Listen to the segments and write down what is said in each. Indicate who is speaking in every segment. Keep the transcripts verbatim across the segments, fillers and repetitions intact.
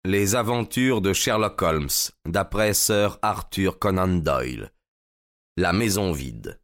Speaker 1: Les aventures de Sherlock Holmes, d'après Sir Arthur Conan Doyle. La maison vide.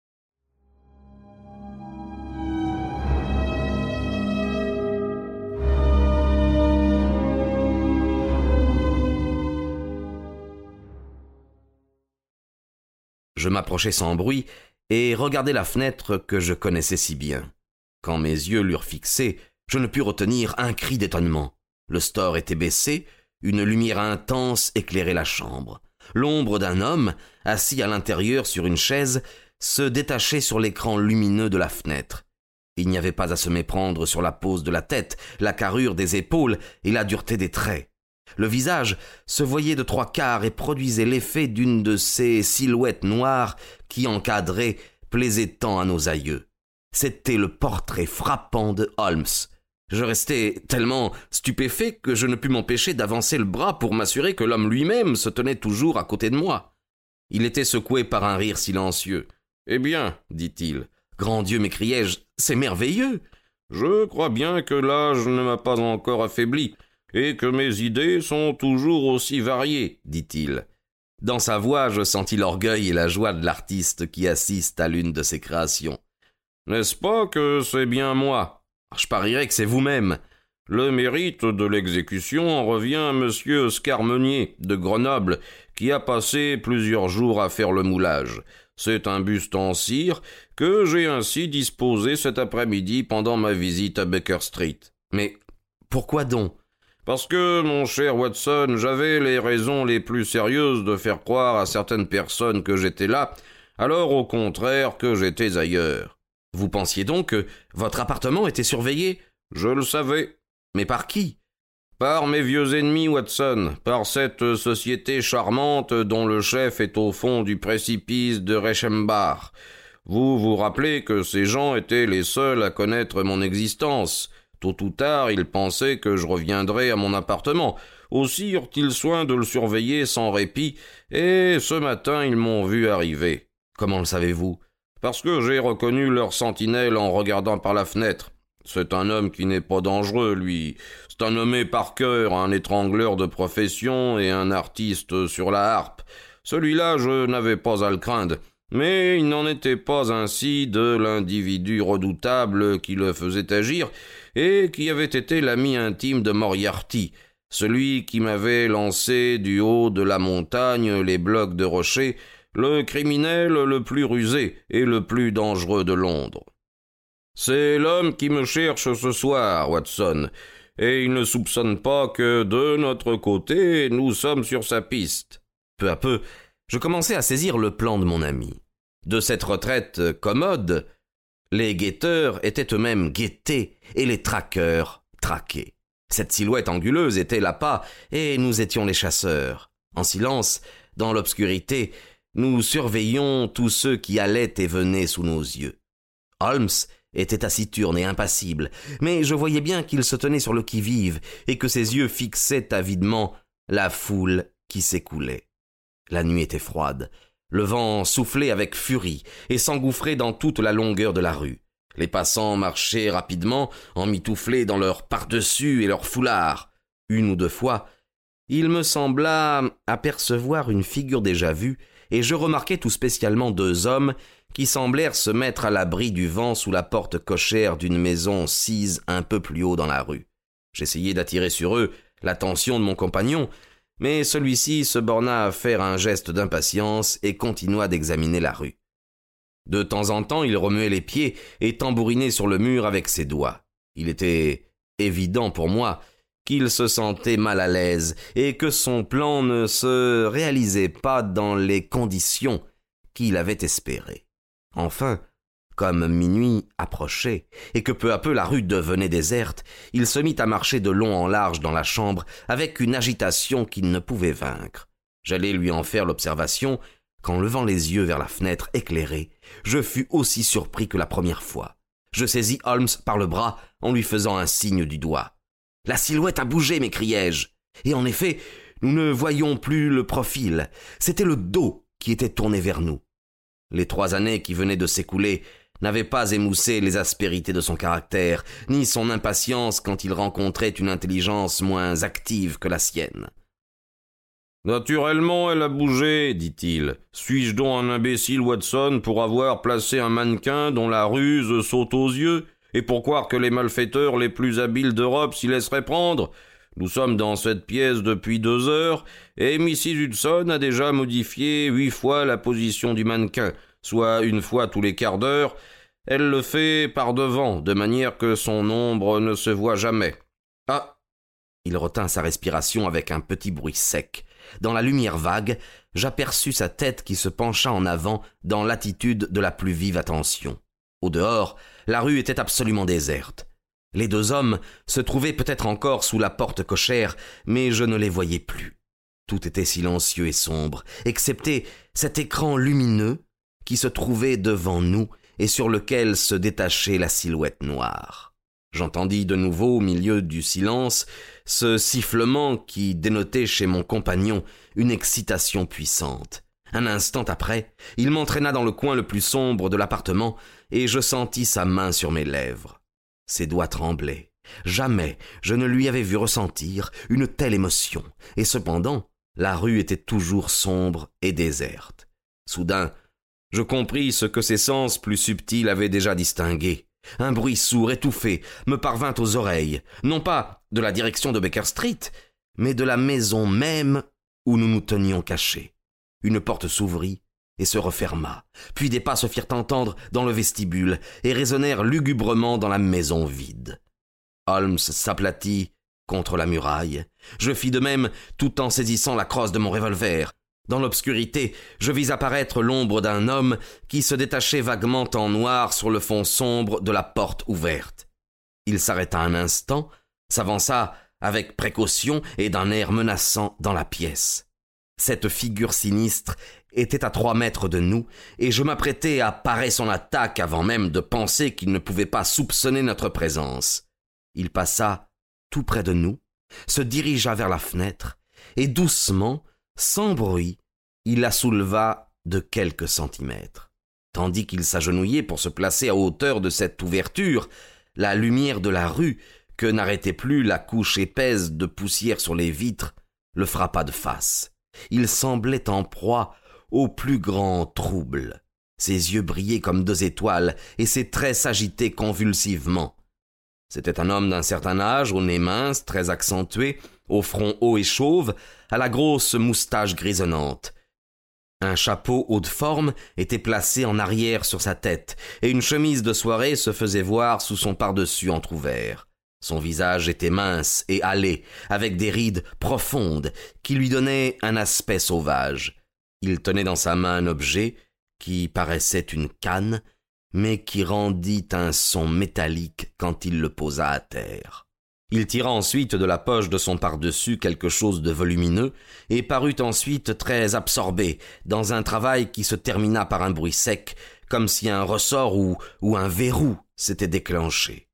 Speaker 1: Je m'approchai sans bruit et regardai la fenêtre que je connaissais si bien. Quand mes yeux l'eurent fixée, je ne pus retenir un cri d'étonnement. Le store était baissé, une lumière intense éclairait la chambre. L'ombre d'un homme, assis à l'intérieur sur une chaise, se détachait sur l'écran lumineux de la fenêtre. Il n'y avait pas à se méprendre sur la pose de la tête, la carrure des épaules et la dureté des traits. Le visage se voyait de trois quarts et produisait l'effet d'une de ces silhouettes noires qui, encadrées, plaisaient tant à nos aïeux. C'était le portrait frappant de Holmes. Je restai tellement stupéfait que je ne pus m'empêcher d'avancer le bras pour m'assurer que l'homme lui-même se tenait toujours à côté de moi. Il était secoué par un rire silencieux. « Eh bien, dit-il. »« Grand Dieu, m'écriai-je, c'est merveilleux !»« Je crois bien que l'âge ne m'a pas encore affaibli, et que mes idées sont toujours aussi variées, dit-il. » Dans sa voix, je sentis l'orgueil et la joie de l'artiste qui assiste à l'une de ses créations. « N'est-ce pas que c'est bien moi ? Je parierais que c'est vous-même. Le mérite de l'exécution en revient à monsieur Scarmenier de Grenoble, qui a passé plusieurs jours à faire le moulage. C'est un buste en cire que j'ai ainsi disposé cet après-midi pendant ma visite à Baker Street. »« Mais pourquoi donc ?»« Parce que, mon cher Watson, j'avais les raisons les plus sérieuses de faire croire à certaines personnes que j'étais là, alors au contraire que j'étais ailleurs. » Vous pensiez donc que votre appartement était surveillé ? Je le savais. Mais par qui ? Par mes vieux ennemis, Watson, par cette société charmante dont le chef est au fond du précipice de Reichenbach. Vous vous rappelez que ces gens étaient les seuls à connaître mon existence. Tôt ou tard, ils pensaient que je reviendrais à mon appartement. Aussi eurent-ils soin de le surveiller sans répit, et ce matin, ils m'ont vu arriver. Comment le savez-vous ? Parce que j'ai reconnu leur sentinelle en regardant par la fenêtre. C'est un homme qui n'est pas dangereux, lui. C'est un nommé Parker, un étrangleur de profession et un artiste sur la harpe. Celui-là, je n'avais pas à le craindre. Mais il n'en était pas ainsi de l'individu redoutable qui le faisait agir et qui avait été l'ami intime de Moriarty, celui qui m'avait lancé du haut de la montagne les blocs de rochers, le criminel le plus rusé et le plus dangereux de Londres. C'est l'homme qui me cherche ce soir, Watson, et il ne soupçonne pas que, de notre côté, nous sommes sur sa piste. Peu à peu, je commençais à saisir le plan de mon ami. De cette retraite commode, les guetteurs étaient eux-mêmes guettés et les traqueurs traqués. Cette silhouette anguleuse était l'appât et nous étions les chasseurs. En silence, dans l'obscurité, nous surveillions tous ceux qui allaient et venaient sous nos yeux. Holmes était taciturne et impassible, mais je voyais bien qu'il se tenait sur le qui-vive et que ses yeux fixaient avidement la foule qui s'écoulait. La nuit était froide, le vent soufflait avec furie et s'engouffrait dans toute la longueur de la rue. Les passants marchaient rapidement, emmitouflés dans leurs pardessus et leurs foulards. Une ou deux fois, il me sembla apercevoir une figure déjà vue, et je remarquai tout spécialement deux hommes qui semblèrent se mettre à l'abri du vent sous la porte cochère d'une maison sise un peu plus haut dans la rue. J'essayai d'attirer sur eux l'attention de mon compagnon, mais celui-ci se borna à faire un geste d'impatience et continua d'examiner la rue. De temps en temps, il remuait les pieds et tambourinait sur le mur avec ses doigts. Il était évident pour moi qu'il se sentait mal à l'aise et que son plan ne se réalisait pas dans les conditions qu'il avait espérées. Enfin, comme minuit approchait et que peu à peu la rue devenait déserte, il se mit à marcher de long en large dans la chambre avec une agitation qu'il ne pouvait vaincre. J'allais lui en faire l'observation quand, levant les yeux vers la fenêtre éclairée, je fus aussi surpris que la première fois. Je saisis Holmes par le bras en lui faisant un signe du doigt. « La silhouette a bougé !» m'écriai-je. Et en effet, nous ne voyions plus le profil. C'était le dos qui était tourné vers nous. Les trois années qui venaient de s'écouler n'avait pas émoussé les aspérités de son caractère, ni son impatience quand il rencontrait une intelligence moins active que la sienne. « Naturellement, elle a bougé, dit-il. Suis-je donc un imbécile, Watson, pour avoir placé un mannequin dont la ruse saute aux yeux, et pour croire que les malfaiteurs les plus habiles d'Europe s'y laisseraient prendre ? Nous sommes dans cette pièce depuis deux heures, et Missus Hudson a déjà modifié huit fois la position du mannequin, soit une fois tous les quarts d'heure. Elle le fait par devant, de manière que son ombre ne se voit jamais. Ah !» Il retint sa respiration avec un petit bruit sec. Dans la lumière vague, j'aperçus sa tête qui se pencha en avant dans l'attitude de la plus vive attention. Au dehors, la rue était absolument déserte. Les deux hommes se trouvaient peut-être encore sous la porte cochère, mais je ne les voyais plus. Tout était silencieux et sombre, excepté cet écran lumineux qui se trouvait devant nous et sur lequel se détachait la silhouette noire. J'entendis de nouveau au milieu du silence ce sifflement qui dénotait chez mon compagnon une excitation puissante. Un instant après, il m'entraîna dans le coin le plus sombre de l'appartement et je sentis sa main sur mes lèvres. Ses doigts tremblaient. Jamais je ne lui avais vu ressentir une telle émotion, et cependant, la rue était toujours sombre et déserte. Soudain, je compris ce que ses sens plus subtils avaient déjà distingué. Un bruit sourd, étouffé, me parvint aux oreilles, non pas de la direction de Baker Street, mais de la maison même où nous nous tenions cachés. Une porte s'ouvrit et se referma, puis des pas se firent entendre dans le vestibule et résonnèrent lugubrement dans la maison vide. Holmes s'aplatit contre la muraille. Je fis de même tout en saisissant la crosse de mon revolver. Dans l'obscurité, je vis apparaître l'ombre d'un homme qui se détachait vaguement en noir sur le fond sombre de la porte ouverte. Il s'arrêta un instant, s'avança avec précaution et d'un air menaçant dans la pièce. Cette figure sinistre était à trois mètres de nous, et je m'apprêtais à parer son attaque avant même de penser qu'il ne pouvait pas soupçonner notre présence. Il passa tout près de nous, se dirigea vers la fenêtre, et doucement, sans bruit, il la souleva de quelques centimètres. Tandis qu'il s'agenouillait pour se placer à hauteur de cette ouverture, la lumière de la rue, que n'arrêtait plus la couche épaisse de poussière sur les vitres, le frappa de face. Il semblait en proie au plus grand trouble. Ses yeux brillaient comme deux étoiles et ses traits s'agitaient convulsivement. C'était un homme d'un certain âge, au nez mince, très accentué, au front haut et chauve, à la grosse moustache grisonnante. Un chapeau haut de forme était placé en arrière sur sa tête, et une chemise de soirée se faisait voir sous son pardessus entr'ouvert. Son visage était mince et hâlé, avec des rides profondes qui lui donnaient un aspect sauvage. Il tenait dans sa main un objet qui paraissait une canne, mais qui rendit un son métallique quand il le posa à terre. Il tira ensuite de la poche de son pardessus quelque chose de volumineux et parut ensuite très absorbé dans un travail qui se termina par un bruit sec, comme si un ressort ou, ou un verrou s'était déclenché.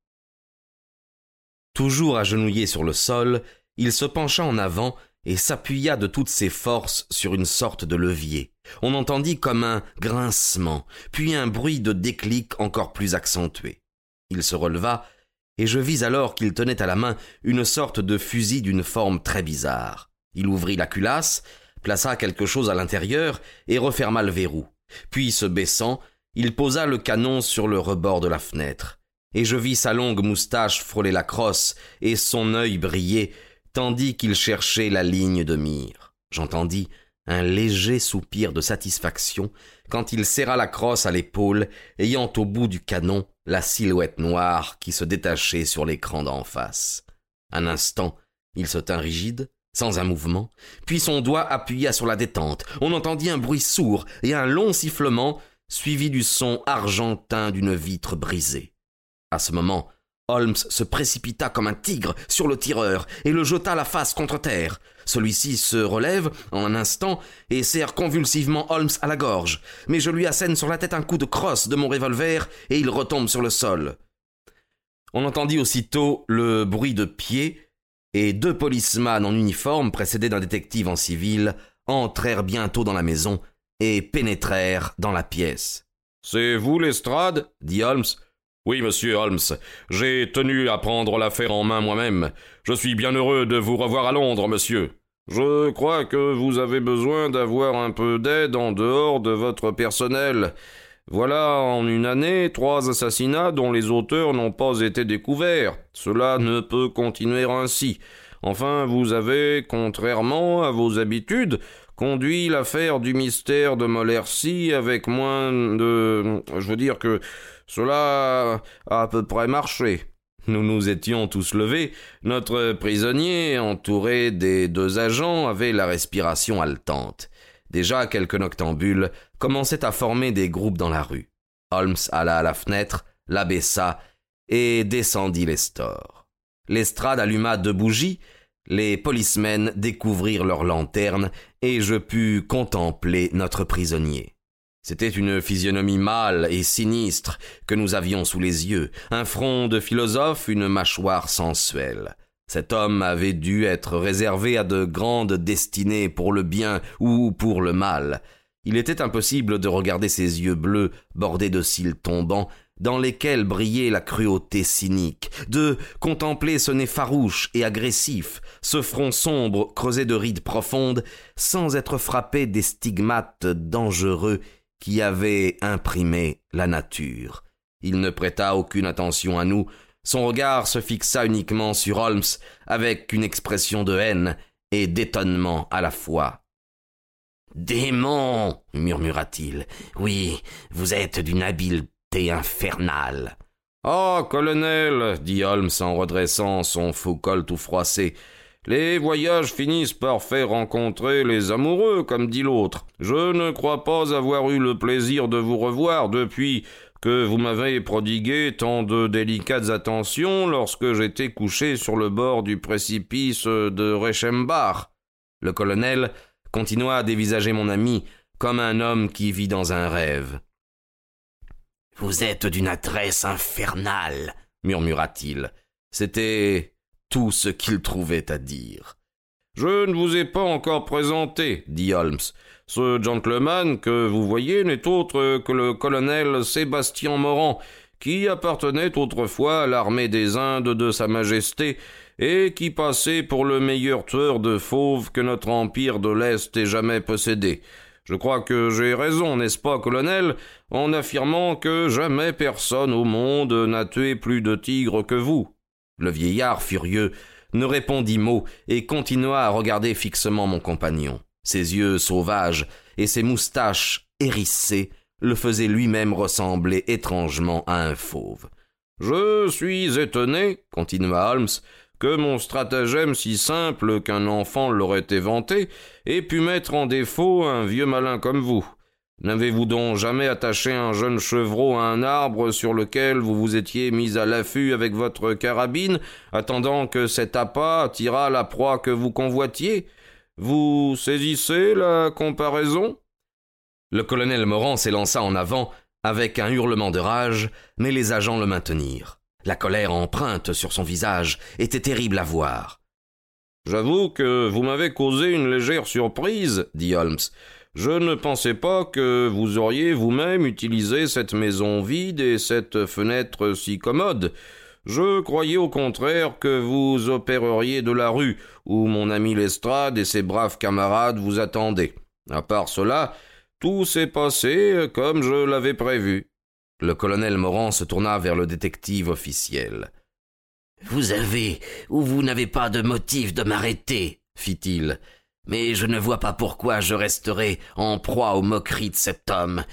Speaker 1: Toujours agenouillé sur le sol, il se pencha en avant et s'appuya de toutes ses forces sur une sorte de levier. On entendit comme un grincement, puis un bruit de déclic encore plus accentué. Il se releva, et je vis alors qu'il tenait à la main une sorte de fusil d'une forme très bizarre. Il ouvrit la culasse, plaça quelque chose à l'intérieur et referma le verrou. Puis, se baissant, il posa le canon sur le rebord de la fenêtre. Et je vis sa longue moustache frôler la crosse et son œil briller, tandis qu'il cherchait la ligne de mire. J'entendis un léger soupir de satisfaction quand il serra la crosse à l'épaule, ayant au bout du canon la silhouette noire qui se détachait sur l'écran d'en face. Un instant, il se tint rigide, sans un mouvement, puis son doigt appuya sur la détente. On entendit un bruit sourd et un long sifflement, suivi du son argentin d'une vitre brisée. À ce moment, Holmes se précipita comme un tigre sur le tireur et le jeta la face contre terre. Celui-ci se relève en un instant et serre convulsivement Holmes à la gorge, mais je lui assène sur la tête un coup de crosse de mon revolver et il retombe sur le sol. On entendit aussitôt le bruit de pieds et deux policemen en uniforme, précédés d'un détective en civil, entrèrent bientôt dans la maison et pénétrèrent dans la pièce. « C'est vous, Lestrade » dit Holmes. « Oui, monsieur Holmes, j'ai tenu à prendre l'affaire en main moi-même. Je suis bien heureux de vous revoir à Londres, monsieur. Je crois que vous avez besoin d'avoir un peu d'aide en dehors de votre personnel. Voilà en une année trois assassinats dont les auteurs n'ont pas été découverts. Cela ne peut continuer ainsi. Enfin, vous avez, contrairement à vos habitudes, conduit l'affaire du mystère de Molercy avec moins de... Je veux dire que cela a à peu près marché. » Nous nous étions tous levés. Notre prisonnier, entouré des deux agents, avait la respiration haletante. Déjà, quelques noctambules commençaient à former des groupes dans la rue. Holmes alla à la fenêtre, l'abaissa et descendit les stores. Lestrade alluma deux bougies, les policemen découvrirent leurs lanternes et je pus contempler notre prisonnier. C'était une physionomie mâle et sinistre que nous avions sous les yeux, un front de philosophe, une mâchoire sensuelle. Cet homme avait dû être réservé à de grandes destinées pour le bien ou pour le mal. Il était impossible de regarder ses yeux bleus bordés de cils tombants, dans lesquels brillait la cruauté cynique, de contempler ce nez farouche et agressif, ce front sombre creusé de rides profondes, sans être frappé des stigmates dangereux qui avaient imprimé la nature. Il ne prêta aucune attention à nous, son regard se fixa uniquement sur Holmes avec une expression de haine et d'étonnement à la fois. « Démon !» murmura-t-il. « Oui, vous êtes d'une habileté infernale. »« Ah, colonel !» dit Holmes en redressant son faux col tout froissé. « Les voyages finissent par faire rencontrer les amoureux, comme dit l'autre. Je ne crois pas avoir eu le plaisir de vous revoir depuis que vous m'avez prodigué tant de délicates attentions lorsque j'étais couché sur le bord du précipice de Reichenbach. » Le colonel continua à dévisager mon ami comme un homme qui vit dans un rêve. « Vous êtes d'une adresse infernale, » murmura-t-il. C'était tout ce qu'il trouvait à dire. « Je ne vous ai pas encore présenté, » dit Holmes. « Ce gentleman que vous voyez n'est autre que le colonel Sébastien Morand, qui appartenait autrefois à l'armée des Indes de Sa Majesté et qui passait pour le meilleur tueur de fauves que notre empire de l'Est ait jamais possédé. Je crois que j'ai raison, n'est-ce pas, colonel, en affirmant que jamais personne au monde n'a tué plus de tigres que vous. » Le vieillard, furieux, ne répondit mot et continua à regarder fixement mon compagnon. Ses yeux sauvages et ses moustaches hérissées le faisaient lui-même ressembler étrangement à un fauve. « Je suis étonné, » continua Holmes, « que mon stratagème si simple qu'un enfant l'aurait éventé ait pu mettre en défaut un vieux malin comme vous. N'avez-vous donc jamais attaché un jeune chevreau à un arbre sur lequel vous vous étiez mis à l'affût avec votre carabine, attendant que cet appât attirât la proie que vous convoitiez ? Vous saisissez la comparaison ?» Le colonel Morand s'élança en avant avec un hurlement de rage, mais les agents le maintenirent. La colère empreinte sur son visage était terrible à voir. « J'avoue que vous m'avez causé une légère surprise, » dit Holmes. « Je ne pensais pas que vous auriez vous-même utilisé cette maison vide et cette fenêtre si commode. Je croyais au contraire que vous opéreriez de la rue, où mon ami Lestrade et ses braves camarades vous attendaient. À part cela, tout s'est passé comme je l'avais prévu. » Le colonel Morand se tourna vers le détective officiel. « Vous avez ou vous n'avez pas de motif de m'arrêter, fit-il. Mais je ne vois pas pourquoi je resterai en proie aux moqueries de cet homme.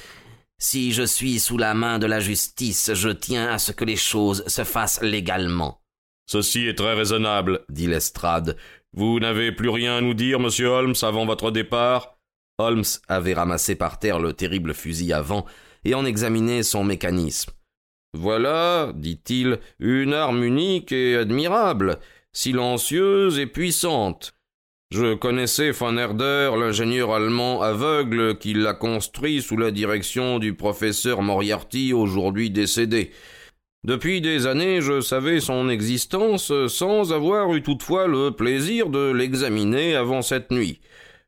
Speaker 1: Si je suis sous la main de la justice, je tiens à ce que les choses se fassent légalement. »« Ceci est très raisonnable, » dit Lestrade. « Vous n'avez plus rien à nous dire, monsieur Holmes, avant votre départ ?» Holmes avait ramassé par terre le terrible fusil à vent et en examinait son mécanisme. « Voilà, dit-il, une arme unique et admirable, silencieuse et puissante. Je connaissais von Herder, l'ingénieur allemand aveugle qui l'a construit sous la direction du professeur Moriarty, aujourd'hui décédé. Depuis des années, je savais son existence sans avoir eu toutefois le plaisir de l'examiner avant cette nuit.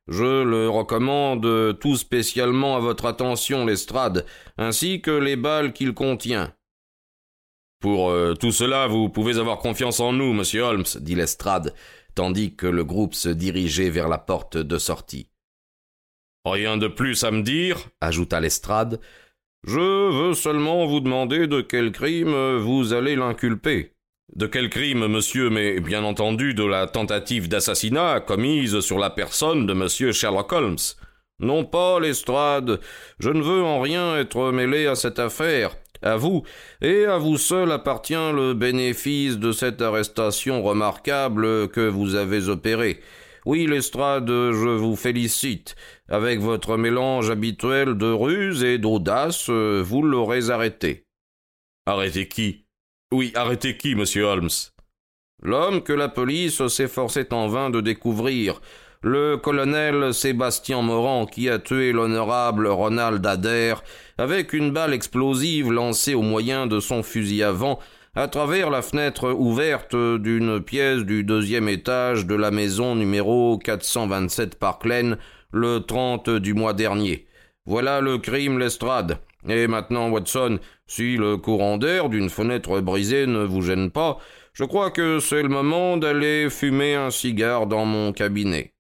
Speaker 1: Je le recommande tout spécialement à votre attention, Lestrade, ainsi que les balles qu'il contient. » « Pour euh, tout cela, vous pouvez avoir confiance en nous, monsieur Holmes, » dit Lestrade, tandis que le groupe se dirigeait vers la porte de sortie. « Rien de plus à me dire, » ajouta Lestrade. « Je veux seulement vous demander de quel crime vous allez l'inculper. »« De quel crime, monsieur, mais bien entendu de la tentative d'assassinat commise sur la personne de monsieur Sherlock Holmes. »« Non pas, Lestrade, je ne veux en rien être mêlé à cette affaire. » À vous, et à vous seul appartient le bénéfice de cette arrestation remarquable que vous avez opérée. Oui, Lestrade, je vous félicite. Avec votre mélange habituel de ruse et d'audace, vous l'aurez arrêté. »« Arrêté qui ? Oui, arrêté qui, monsieur Holmes ? » ?»« L'homme que la police s'efforçait en vain de découvrir. Le colonel Sébastien Morand qui a tué l'honorable Ronald Adair avec une balle explosive lancée au moyen de son fusil à vent à travers la fenêtre ouverte d'une pièce du deuxième étage de la maison numéro quatre cent vingt-sept Park Lane le trente du mois dernier. Voilà le crime, Lestrade. Et maintenant, Watson, si le courant d'air d'une fenêtre brisée ne vous gêne pas, je crois que c'est le moment d'aller fumer un cigare dans mon cabinet.